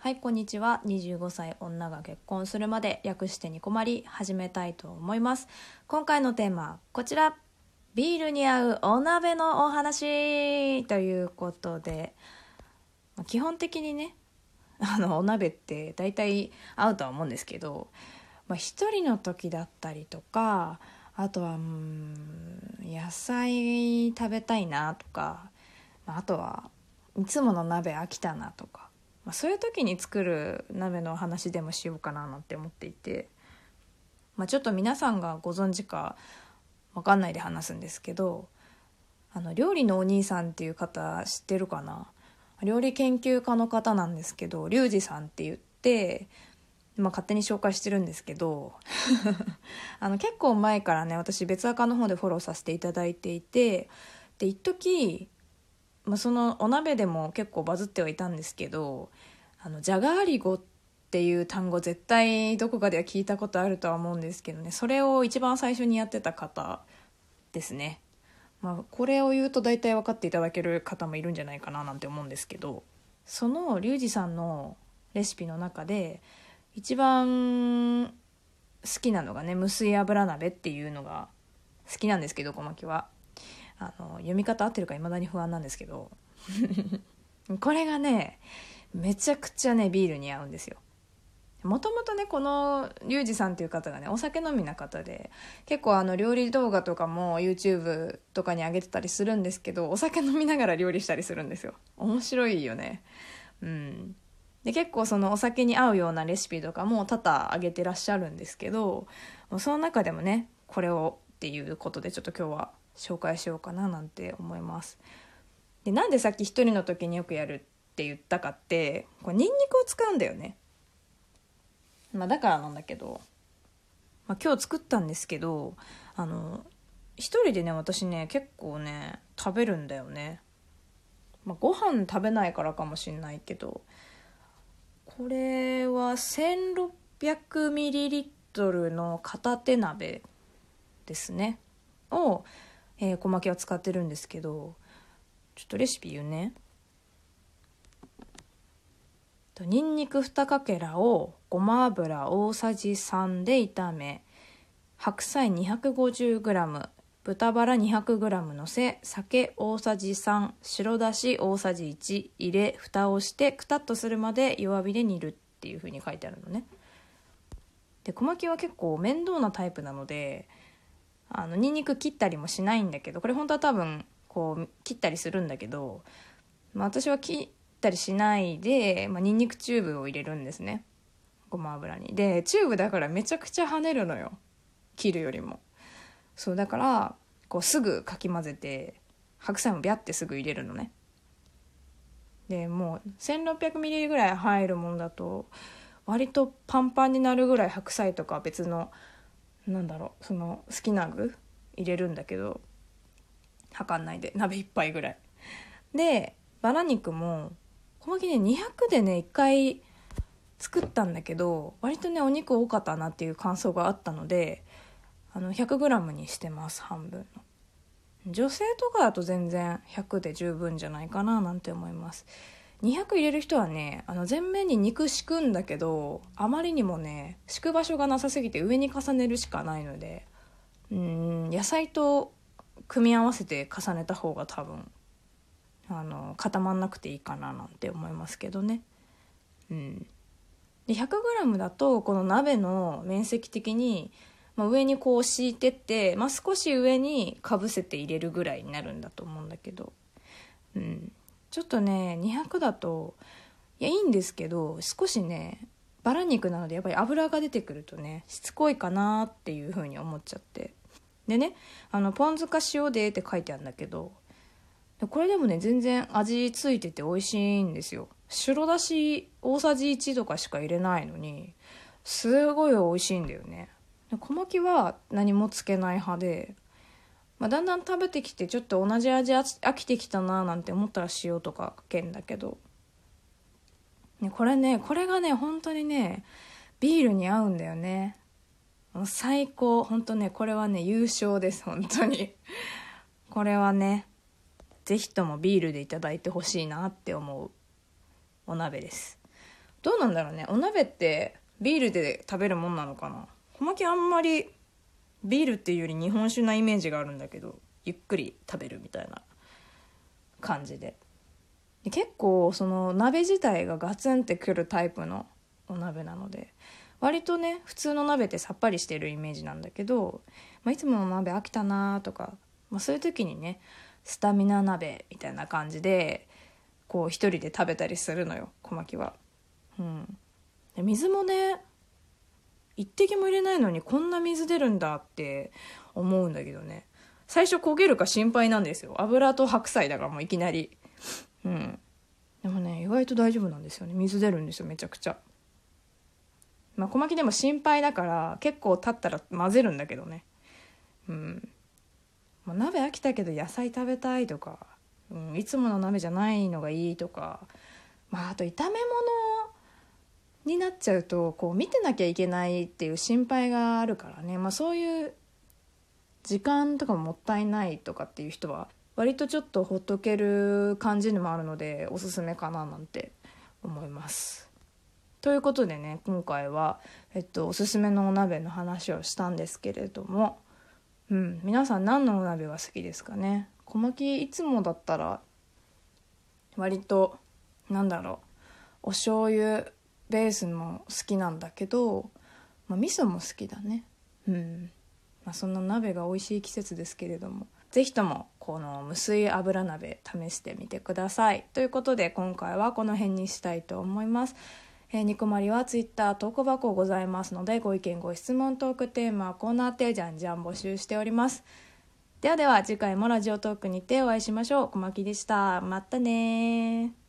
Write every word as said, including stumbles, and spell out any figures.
はい、こんにちは。にじゅうごさい女が結婚するまで略してに困り始めたいと思います。今回のテーマこちら、ビールに合うお鍋のお話ということで、まあ、基本的にねあのお鍋って大体合うとは思うんですけど、まあ、一人の時だったりとか、あとはうーん野菜食べたいなとか、まあ、あとはいつもの鍋飽きたなとか、まあ、そういう時に作る鍋の話でもしようかななんて思っていて、まあ、ちょっと皆さんがご存知か分かんないで話すんですけど、あの料理のお兄さんっていう方知ってるかな。料理研究家の方なんですけど、リュウジさんって言って、まあ、勝手に紹介してるんですけどあの結構前からね、私別アカの方でフォローさせていただいていて、で一時まあ、そのお鍋でも結構バズってはいたんですけど、あのじゃがアリゴっていう単語絶対どこかでは聞いたことあるとは思うんですけどね、それを一番最初にやってた方ですね。まあ、これを言うと大体分かっていただける方もいるんじゃないかななんて思うんですけど、そのリュウジさんのレシピの中で一番好きなのがね、無水油鍋っていうのが好きなんですけど、小牧はあの読み方合ってるか未だに不安なんですけどこれがねめちゃくちゃねビールに合うんですよ。もともとねこのリュウジさんっていう方がねお酒飲みな方で、結構あの料理動画とかも YouTube とかに上げてたりするんですけど、お酒飲みながら料理したりするんですよ。面白いよね。うんで結構そのお酒に合うようなレシピとかも多々上げてらっしゃるんですけど、その中でもねこれをっていうことでちょっと今日は紹介しようかななんて思います。でなんでさっき一人の時によくやるって言ったかって、これニンニクを使うんだよね。まあだからなんだけど、まあ、今日作ったんですけど、あの一人でね私ね結構ね食べるんだよね。まあ、ご飯食べないからかもしんないけど、これは せんろっぴゃくミリリットル の片手鍋ですねを、えー、小巻きは使ってるんですけど、ちょっとレシピ言うね。にんにくにかけらをごま油大さじさんで炒め、白菜 にひゃくごじゅうグラム、 豚バラ にひゃくグラム のせ、酒大さじさん、白だし大さじいち入れ、蓋をしてくたっとするまで弱火で煮るっていう風に書いてあるのね。で小巻きは結構面倒なタイプなので、あのニンニク切ったりもしないんだけど、これ本当は多分こう切ったりするんだけど、まあ、私は切ったりしないで、まあ、ニンニクチューブを入れるんですね、ごま油に。でチューブだからめちゃくちゃ跳ねるのよ、切るよりも。そうだからこうすぐかき混ぜて、白菜もビャってすぐ入れるのね。でもう せんろっぴゃくミリリットル ぐらい入るものだと割とパンパンになるぐらい白菜とか別のなんだろうその好きな具入れるんだけど、測んないで鍋一杯ぐらいで、バラ肉も小巻きねにひゃくでねいっかい作ったんだけど、割とねお肉多かったなっていう感想があったので、あの ひゃくグラム にしてます、半分の。女性とかだと全然ひゃくで十分じゃないかななんて思います。にひゃく入れる人はね、あの前面に肉敷くんだけど、あまりにもね敷く場所がなさすぎて上に重ねるしかないので、うーん野菜と組み合わせて重ねた方が多分あの固まんなくていいかななんて思いますけどね。うんで ひゃくグラム だとこの鍋の面積的に、まあ、上にこう敷いてって、まあ、少し上にかぶせて入れるぐらいになるんだと思うんだけど、うん、ちょっとねにひゃくだといやいいんですけど、少しねバラ肉なのでやっぱり脂が出てくるとねしつこいかなっていう風に思っちゃって、でねあのポン酢か塩でって書いてあるんだけど、これでもね全然味ついてて美味しいんですよ。白だし大さじいちとかしか入れないのにすごい美味しいんだよね。で小巻きは何もつけない派で、まあ、だんだん食べてきてちょっと同じ味飽きてきたななんて思ったら塩とかかけんだけど、ね、これねこれがね本当にねビールに合うんだよね。もう最高、本当ねこれはね優勝です、本当にこれはねぜひともビールでいただいてほしいなって思うお鍋です。 どうなんだろうね、お鍋ってビールで食べるもんなのかな。小牧あんまりビールっていうより日本酒なイメージがあるんだけど、ゆっくり食べるみたいな感じで、で結構その鍋自体がガツンってくるタイプのお鍋なので、割とね普通の鍋ってさっぱりしてるイメージなんだけど、まあ、いつもの鍋飽きたなとか、まあ、そういう時にねスタミナ鍋みたいな感じでこう一人で食べたりするのよ、小牧は。うん、で水もね一滴も入れないのにこんな水出るんだって思うんだけどね、最初焦げるか心配なんですよ。油と白菜だからもういきなり。うん。でもね意外と大丈夫なんですよね。水出るんですよ、めちゃくちゃ。まあ小牧でも心配だから結構経ったら混ぜるんだけどね。うん。まあ、鍋飽きたけど野菜食べたいとか、うん、いつもの鍋じゃないのがいいとか、まああと炒め物になっちゃうとこう見てなきゃいけないっていう心配があるからね、まあ、そういう時間とかももったいないとかっていう人は割とちょっとほっとける感じにもあるのでおすすめかななんて思います。ということでね、今回は、えっと、おすすめのお鍋の話をしたんですけれども、うん、皆さん何のお鍋が好きですかね。小牧いつもだったら割となんだろう、お醤油ベースも好きなんだけど、まあ、味噌も好きだね。うん、まあ、そんな鍋が美味しい季節ですけれども、ぜひともこの無水油鍋試してみてください。ということで今回はこの辺にしたいと思います。えー、ニコマリはツイッター投稿箱ございますので、ご意見ご質問トークテーマコーナーでじゃんじゃん募集しております。ではでは次回もラジオトークにてお会いしましょう。小牧でした。またね。